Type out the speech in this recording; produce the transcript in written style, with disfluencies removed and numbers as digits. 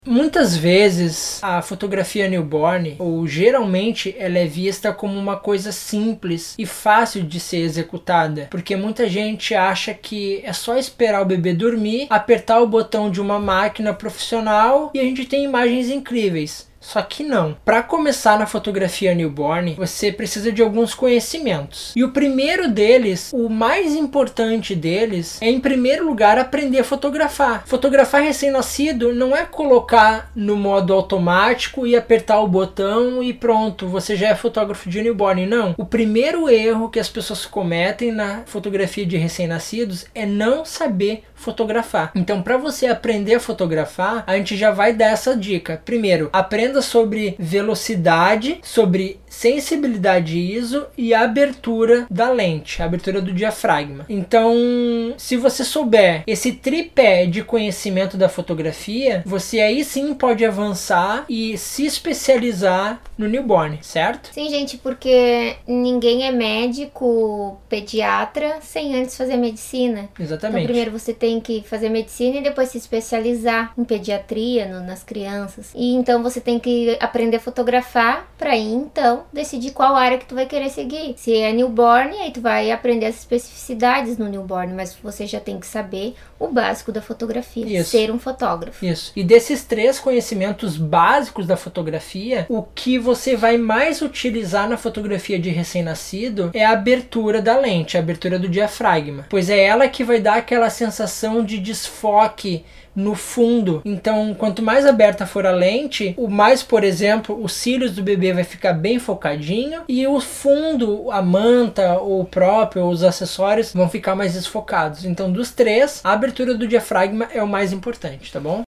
Muitas vezes a fotografia newborn, ou geralmente, ela é vista como uma coisa simples e fácil de ser executada, porque muita gente acha que é só esperar o bebê dormir, apertar o botão de uma máquina profissional e a gente tem imagens incríveis. Só que não. Para começar na fotografia newborn, você precisa de alguns conhecimentos. E o primeiro deles, o mais importante deles, é em primeiro lugar aprender a fotografar. Fotografar recém-nascido não é colocar no modo automático e apertar o botão e pronto, você já é fotógrafo de newborn. Não. O primeiro erro que as pessoas cometem na fotografia de recém-nascidos é não saber fotografar. Então, para você aprender a fotografar, a gente já vai dar essa dica. Primeiro, aprenda sobre velocidade, sobre sensibilidade ISO e a abertura da lente, a abertura do diafragma. Então, se você souber esse tripé de conhecimento da fotografia, você aí sim pode avançar e se especializar no newborn, certo? Sim, gente, porque ninguém é médico, pediatra, sem antes fazer medicina. Exatamente. Então, primeiro você tem que fazer medicina e depois se especializar em pediatria, nas crianças. E então você tem que aprender a fotografar para aí então decidir qual área que tu vai querer seguir. Se é newborn, aí tu vai aprender as especificidades no newborn, mas você já tem que saber o básico da fotografia, Isso. Ser um fotógrafo. Isso. E desses 3 conhecimentos básicos da fotografia, o que você vai mais utilizar na fotografia de recém-nascido é a abertura da lente, a abertura do diafragma, pois é ela que vai dar aquela sensação de desfoque no fundo. Então, quanto mais aberta for a lente, o mais, por exemplo, os cílios do bebê vai ficar bem focadinho e o fundo, a manta, ou o próprio, ou os acessórios vão ficar mais desfocados. Então, dos 3, a abertura do diafragma é o mais importante, tá bom?